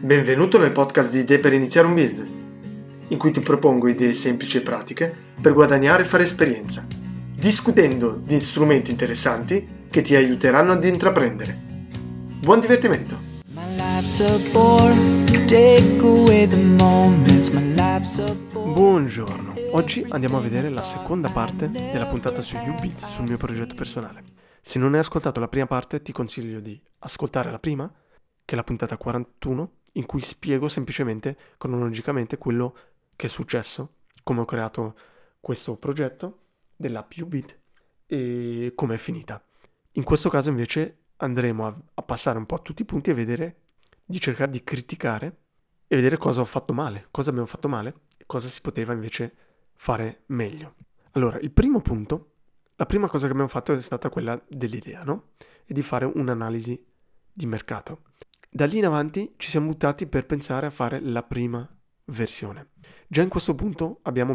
Benvenuto nel podcast di Idee per iniziare un business, in cui ti propongo idee semplici e pratiche per guadagnare e fare esperienza, discutendo di strumenti interessanti che ti aiuteranno ad intraprendere. Buon divertimento! Buongiorno, oggi andiamo a vedere la seconda parte della puntata su UBIT, sul mio progetto personale. Se non hai ascoltato la prima parte ti consiglio di ascoltare la prima, che è la puntata 41, in cui spiego semplicemente, cronologicamente, quello che è successo, come ho creato questo progetto dell'app UBIT e come è finita. In questo caso invece andremo a passare un po' a tutti i punti e vedere, di cercare di criticare e vedere cosa ho fatto male, cosa abbiamo fatto male e cosa si poteva invece fare meglio. Allora, il primo punto, la prima cosa che abbiamo fatto è stata quella dell'idea, no? E di fare un'analisi di mercato. Da lì in avanti ci siamo buttati per pensare a fare la prima versione. Già in questo punto abbiamo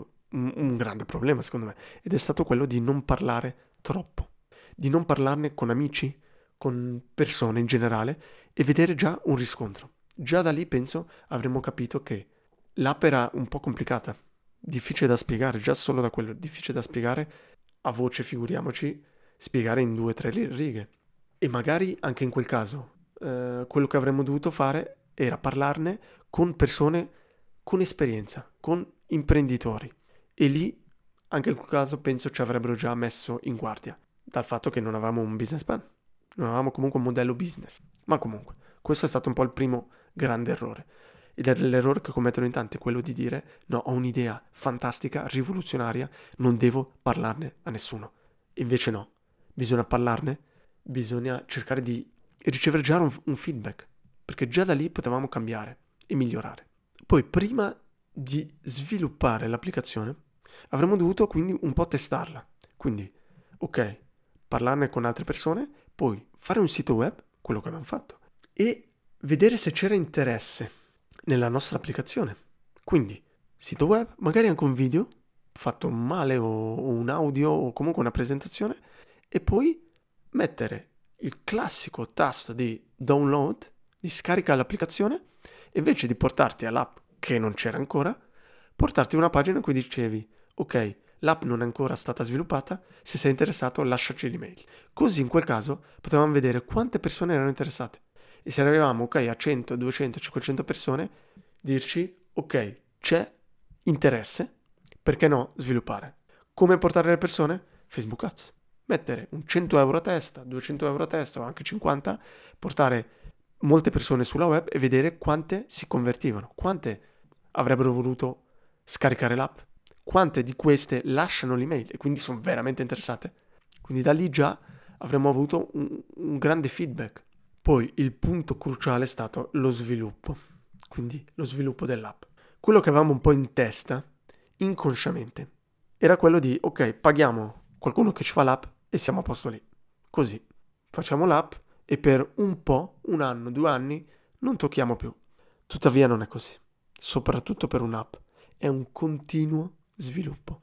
un grande problema secondo me, ed è stato quello di non parlare troppo, di non parlarne con amici, con persone in generale e vedere già un riscontro. Già da lì penso avremmo capito che l'app era un po' complicata, difficile da spiegare, già solo da quello, difficile da spiegare a voce, figuriamoci, spiegare in 2 o 3 righe. E magari anche in quel caso quello che avremmo dovuto fare era parlarne con persone con esperienza, con imprenditori. E lì, anche in quel caso, penso ci avrebbero già messo in guardia dal fatto che non avevamo un business plan, non avevamo comunque un modello business. Ma comunque, questo è stato un po' il primo grande errore. L'errore che commettono in tanti è quello di dire no, ho un'idea fantastica, rivoluzionaria, non devo parlarne a nessuno. Invece no, bisogna parlarne, bisogna cercare di ricevere già un feedback, perché già da lì potevamo cambiare e migliorare. Poi prima di sviluppare l'applicazione avremmo dovuto quindi un po' testarla. Quindi, ok, parlarne con altre persone, poi fare un sito web, quello che abbiamo fatto, e vedere se c'era interesse nella nostra applicazione. Quindi, sito web, magari anche un video fatto male o un audio o comunque una presentazione, e poi mettere il classico tasto di download, di scarica l'applicazione, e invece di portarti all'app che non c'era ancora, portarti una pagina in cui dicevi ok, l'app non è ancora stata sviluppata, se sei interessato lasciaci l'email. Così in quel caso potevamo vedere quante persone erano interessate e se arrivavamo ok a 100, 200, 500 persone, dirci ok, c'è interesse, perché no sviluppare. Come portare le persone? Facebook Ads. Mettere un 100 euro a testa, 200 euro a testa o anche 50, portare molte persone sulla web e vedere quante si convertivano, quante avrebbero voluto scaricare l'app, quante di queste lasciano l'email e quindi sono veramente interessate. Quindi da lì già avremmo avuto un grande feedback. Poi il punto cruciale è stato lo sviluppo, quindi lo sviluppo dell'app. Quello che avevamo un po' in testa, inconsciamente, era quello di ok, paghiamo qualcuno che ci fa l'app e siamo a posto lì. Così, facciamo l'app e per un po', 1 anno, 2 anni, non tocchiamo più. Tuttavia non è così, soprattutto per un'app. È un continuo sviluppo,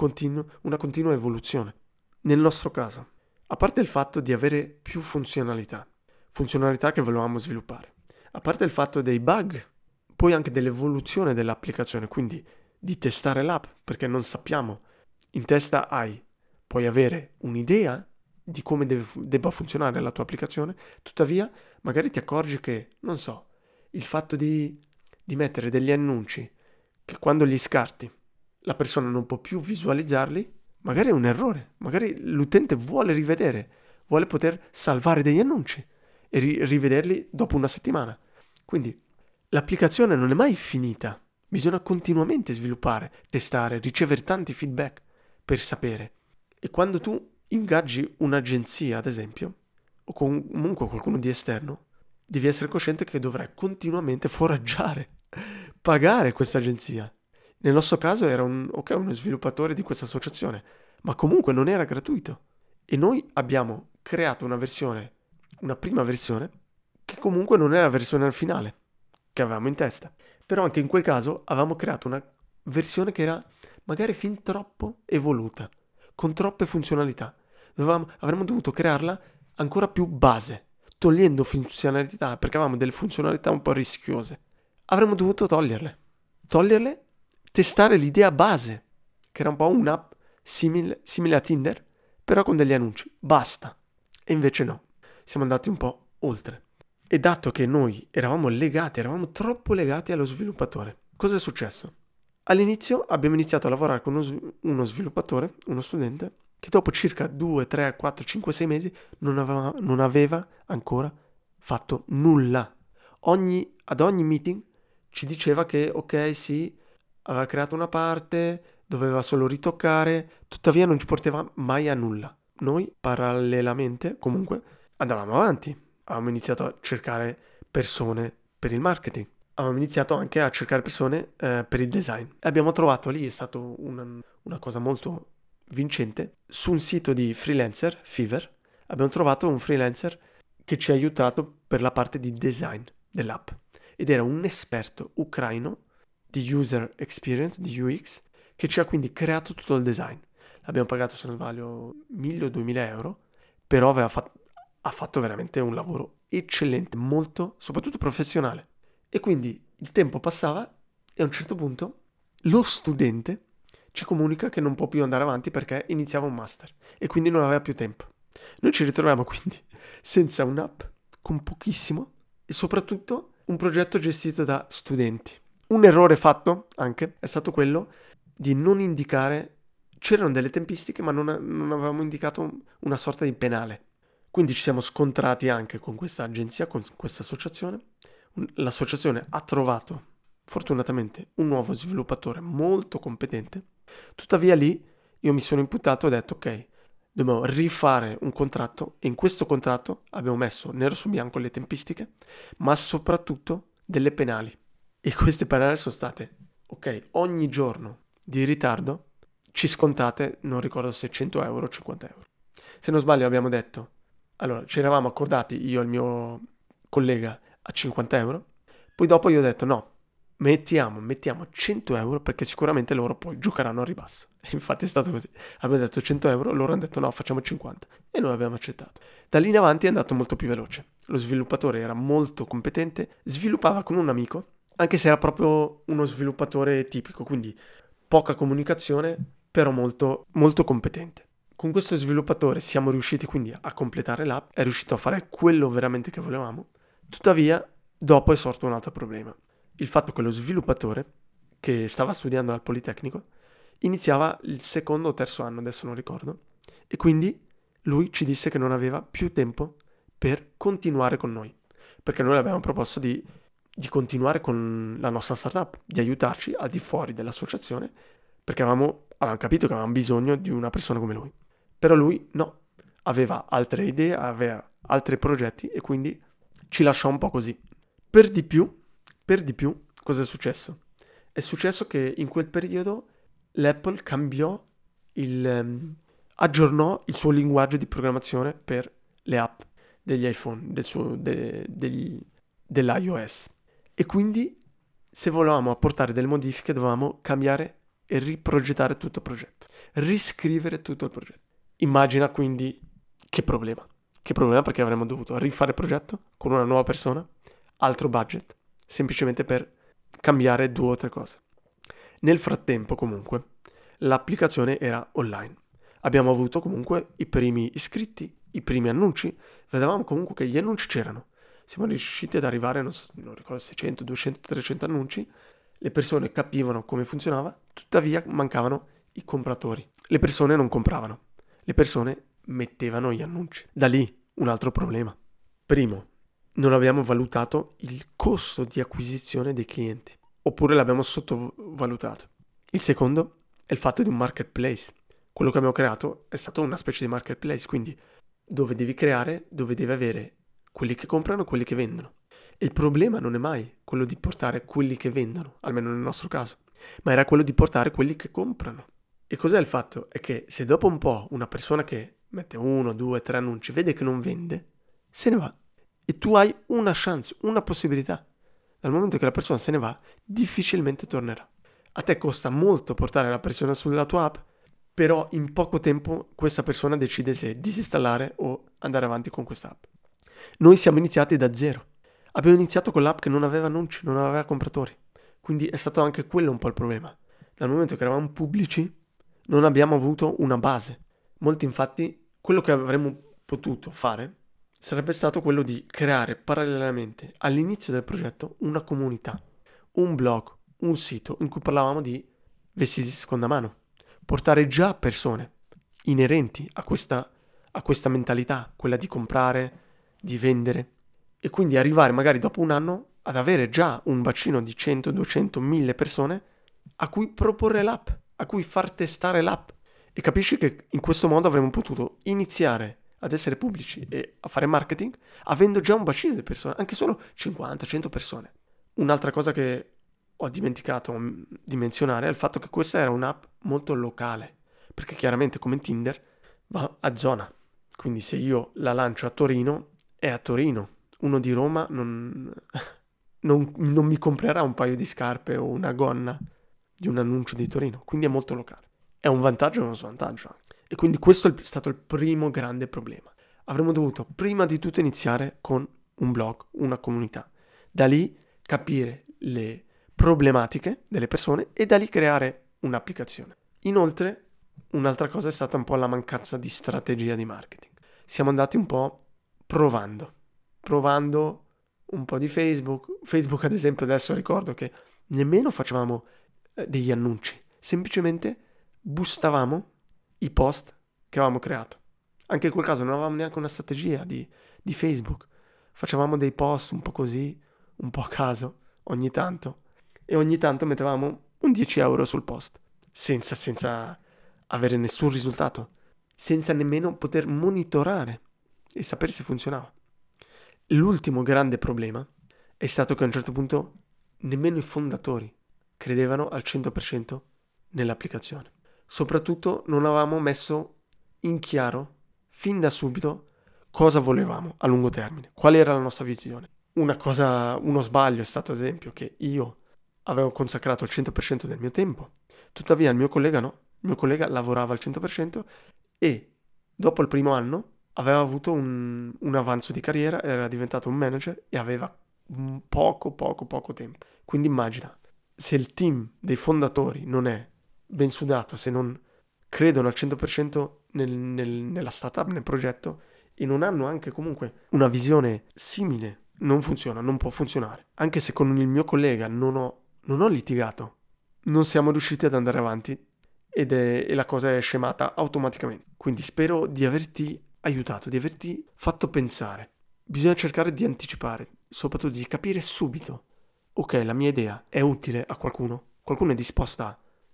una continua evoluzione. Nel nostro caso, a parte il fatto di avere più funzionalità che volevamo sviluppare, a parte il fatto dei bug, poi anche dell'evoluzione dell'applicazione, quindi di testare l'app, perché non sappiamo. In testa puoi avere un'idea di come debba funzionare la tua applicazione, tuttavia magari ti accorgi che, non so, il fatto di mettere degli annunci che quando li scarti la persona non può più visualizzarli, magari è un errore, magari l'utente vuole rivedere, vuole poter salvare degli annunci e rivederli dopo 1 settimana. Quindi l'applicazione non è mai finita, bisogna continuamente sviluppare, testare, ricevere tanti feedback per sapere. E quando tu ingaggi un'agenzia, ad esempio, o comunque qualcuno di esterno, devi essere cosciente che dovrai continuamente foraggiare, pagare questa agenzia. Nel nostro caso era uno sviluppatore di questa associazione, ma comunque non era gratuito. E noi abbiamo creato una prima versione, che comunque non era la versione finale che avevamo in testa. Però anche in quel caso avevamo creato una versione che era magari fin troppo evoluta, con troppe funzionalità. Avremmo dovuto crearla ancora più base, togliendo funzionalità, perché avevamo delle funzionalità un po' rischiose. Avremmo dovuto toglierle, testare l'idea base, che era un po' un'app simile a Tinder, però con degli annunci. Basta. E invece no, siamo andati un po' oltre. E dato che noi eravamo troppo legati allo sviluppatore, cosa è successo? All'inizio abbiamo iniziato a lavorare con uno sviluppatore, uno studente, che dopo circa 2, 3, 4, 5, 6 mesi non aveva ancora fatto nulla. Ad ogni meeting ci diceva che ok, sì, aveva creato una parte, doveva solo ritoccare, tuttavia non ci portava mai a nulla. Noi parallelamente comunque andavamo avanti, avevamo iniziato a cercare persone per il marketing, avevamo iniziato anche a cercare persone per il design. E abbiamo trovato lì, è stato una cosa molto vincente, su un sito di freelancer, Fiverr, abbiamo trovato un freelancer che ci ha aiutato per la parte di design dell'app. Ed era un esperto ucraino di user experience, di UX, che ci ha quindi creato tutto il design. L'abbiamo pagato, se non sbaglio, 1.000 o 2.000 euro, però ha fatto veramente un lavoro eccellente, molto, soprattutto professionale. E quindi il tempo passava e a un certo punto lo studente ci comunica che non può più andare avanti perché iniziava un master e quindi non aveva più tempo. Noi ci ritroviamo quindi senza un'app, con pochissimo e soprattutto un progetto gestito da studenti. Un errore fatto anche è stato quello di non indicare, c'erano delle tempistiche ma non avevamo indicato una sorta di penale. Quindi ci siamo scontrati anche con questa agenzia, con questa associazione. L'associazione ha trovato fortunatamente un nuovo sviluppatore molto competente. Tuttavia lì io mi sono imputato e ho detto ok, dobbiamo rifare un contratto e in questo contratto abbiamo messo nero su bianco le tempistiche, ma soprattutto delle penali. E queste penali sono state, ok, ogni giorno di ritardo ci scontate, non ricordo se 100 euro o 50 euro. Se non sbaglio abbiamo detto, allora ci eravamo accordati io e il mio collega a 50 euro, poi dopo io ho detto no, mettiamo 100 euro perché sicuramente loro poi giocheranno a ribasso. E infatti è stato così. Abbiamo detto 100 euro, loro hanno detto no, facciamo 50. E noi abbiamo accettato. Da lì in avanti è andato molto più veloce. Lo sviluppatore era molto competente, sviluppava con un amico, anche se era proprio uno sviluppatore tipico, quindi poca comunicazione, però molto, molto competente. Con questo sviluppatore siamo riusciti quindi a completare l'app, è riuscito a fare quello veramente che volevamo. Tuttavia, dopo è sorto un altro problema. Il fatto che lo sviluppatore, che stava studiando al Politecnico, iniziava il secondo o terzo anno, adesso non ricordo, e quindi lui ci disse che non aveva più tempo per continuare con noi, perché noi le abbiamo proposto di continuare con la nostra startup, di aiutarci al di fuori dell'associazione, perché avevamo capito che avevamo bisogno di una persona come lui. Però lui no, aveva altre idee, aveva altri progetti e quindi ci lasciò un po' così. Per di più, cosa è successo? È successo che in quel periodo l'Apple aggiornò il suo linguaggio di programmazione per le app degli iPhone, dell'iOS. E quindi se volevamo apportare delle modifiche dovevamo cambiare e riprogettare tutto il progetto, riscrivere tutto il progetto. Immagina quindi che problema perché avremmo dovuto rifare il progetto con una nuova persona, altro budget, semplicemente per cambiare 2 o 3 cose. Nel frattempo comunque l'applicazione era online. Abbiamo avuto comunque i primi iscritti, i primi annunci, vedevamo comunque che gli annunci c'erano. Siamo riusciti ad arrivare, non ricordo, 600, 200, 300 annunci, le persone capivano come funzionava, tuttavia mancavano i compratori. Le persone non compravano, le persone mettevano gli annunci. Da lì un altro problema. Primo, non abbiamo valutato il costo di acquisizione dei clienti, oppure l'abbiamo sottovalutato. Il secondo è il fatto di un marketplace. Quello che abbiamo creato è stato una specie di marketplace, quindi dove devi avere quelli che comprano e quelli che vendono. E il problema non è mai quello di portare quelli che vendono, almeno nel nostro caso, ma era quello di portare quelli che comprano. E cos'è il fatto? È che se dopo un po' una persona che mette 1, 2, 3 annunci vede che non vende, se ne va. E tu hai una chance, una possibilità. Dal momento che la persona se ne va, difficilmente tornerà. A te costa molto portare la persona sulla tua app, però in poco tempo questa persona decide se disinstallare o andare avanti con questa app. Noi siamo iniziati da zero. Abbiamo iniziato con l'app che non aveva annunci, non aveva compratori. Quindi è stato anche quello un po' il problema. Dal momento che eravamo pubblici, non abbiamo avuto una base. Molti infatti, quello che avremmo potuto fare sarebbe stato quello di creare parallelamente all'inizio del progetto una comunità, un blog, un sito in cui parlavamo di vestiti di seconda mano. Portare già persone inerenti a questa mentalità, quella di comprare, di vendere, e quindi arrivare magari dopo un anno ad avere già un bacino di 100, 200, 1000 persone a cui proporre l'app, a cui far testare l'app. E capisci che in questo modo avremmo potuto iniziare ad essere pubblici e a fare marketing avendo già un bacino di persone, anche solo 50, 100 persone. Un'altra cosa che ho dimenticato di menzionare è il fatto che questa era un'app molto locale, perché chiaramente come Tinder va a zona. Quindi se io la lancio a Torino, è a Torino. Uno di Roma non mi comprerà un paio di scarpe o una gonna di un annuncio di Torino. Quindi è molto locale. È un vantaggio e uno svantaggio. E quindi questo è stato il primo grande problema. Avremmo dovuto prima di tutto iniziare con un blog, una comunità. Da lì capire le problematiche delle persone e da lì creare un'applicazione. Inoltre, un'altra cosa è stata un po' la mancanza di strategia di marketing. Siamo andati un po' provando un po' di Facebook. Facebook, ad esempio, adesso ricordo che nemmeno facevamo degli annunci, semplicemente boostavamo i post che avevamo creato. Anche in quel caso non avevamo neanche una strategia di Facebook. Facevamo dei post un po' così, un po' a caso, ogni tanto. E ogni tanto mettevamo un 10 euro sul post, senza avere nessun risultato, senza nemmeno poter monitorare e sapere se funzionava. L'ultimo grande problema è stato che a un certo punto nemmeno i fondatori credevano al 100% nell'applicazione. Soprattutto non avevamo messo in chiaro fin da subito cosa volevamo a lungo termine, qual era la nostra visione. Uno sbaglio è stato ad esempio che io avevo consacrato il 100% del mio tempo, tuttavia il mio collega no, il mio collega lavorava al 100% e dopo il primo anno aveva avuto un avanzo di carriera, era diventato un manager e aveva poco tempo. Quindi immagina, se il team dei fondatori non è ben sudato, se non credono al 100% nella startup, nel progetto, e non hanno anche comunque una visione simile, non funziona, non può funzionare. Anche se con il mio collega non ho litigato, non siamo riusciti ad andare avanti e la cosa è scemata automaticamente. Quindi spero di averti aiutato, di averti fatto pensare. Bisogna cercare di anticipare, soprattutto di capire subito. Ok, la mia idea è utile a qualcuno? Qualcuno è disposto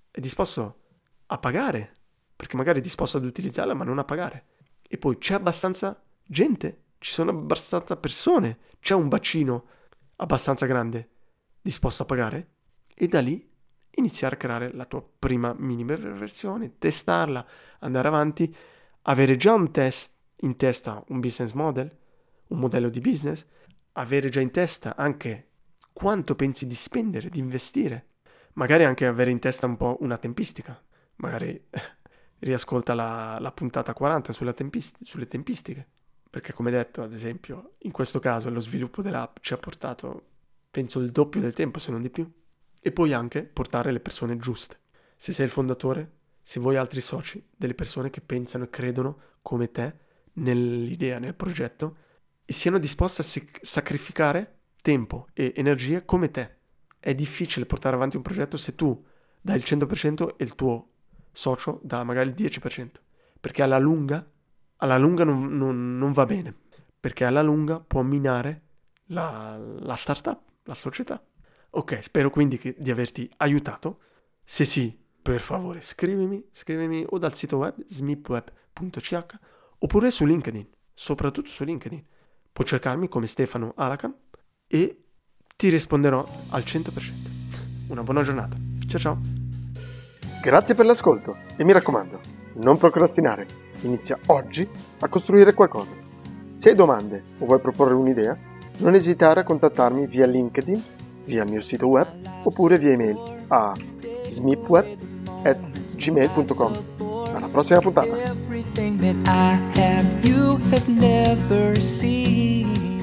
a pagare, perché magari è disposto ad utilizzarla ma non a pagare. E poi c'è abbastanza gente, ci sono abbastanza persone, c'è un bacino abbastanza grande disposto a pagare e da lì iniziare a creare la tua prima minima versione, testarla, andare avanti, avere già in testa un business model, un modello di business, avere già in testa anche quanto pensi di spendere, di investire, magari anche avere in testa un po' una tempistica, magari riascolta la puntata 40 sulle tempistiche, perché come detto, ad esempio, in questo caso lo sviluppo dell'app ci ha portato, penso, il doppio del tempo, se non di più, e poi anche portare le persone giuste. Se sei il fondatore, se vuoi altri soci, delle persone che pensano e credono come te nell'idea, nel progetto, e siano disposte a sacrificare tempo e energie come te. È difficile portare avanti un progetto se tu dai il 100% e il tuo socio dà magari il 10%, perché alla lunga non va bene, perché alla lunga può minare la startup, la società. Ok, spero quindi di averti aiutato. Se sì, per favore scrivimi o dal sito web smipweb.ch oppure su LinkedIn, soprattutto su LinkedIn. Puoi cercarmi come Stefano Alakan e ti risponderò al 100%. Una buona giornata. Ciao ciao. Grazie per l'ascolto e mi raccomando, non procrastinare. Inizia oggi a costruire qualcosa. Se hai domande o vuoi proporre un'idea, non esitare a contattarmi via LinkedIn, via il mio sito web oppure via email a smipweb@gmail.com. Alla prossima puntata! everything that I have, you have never seen.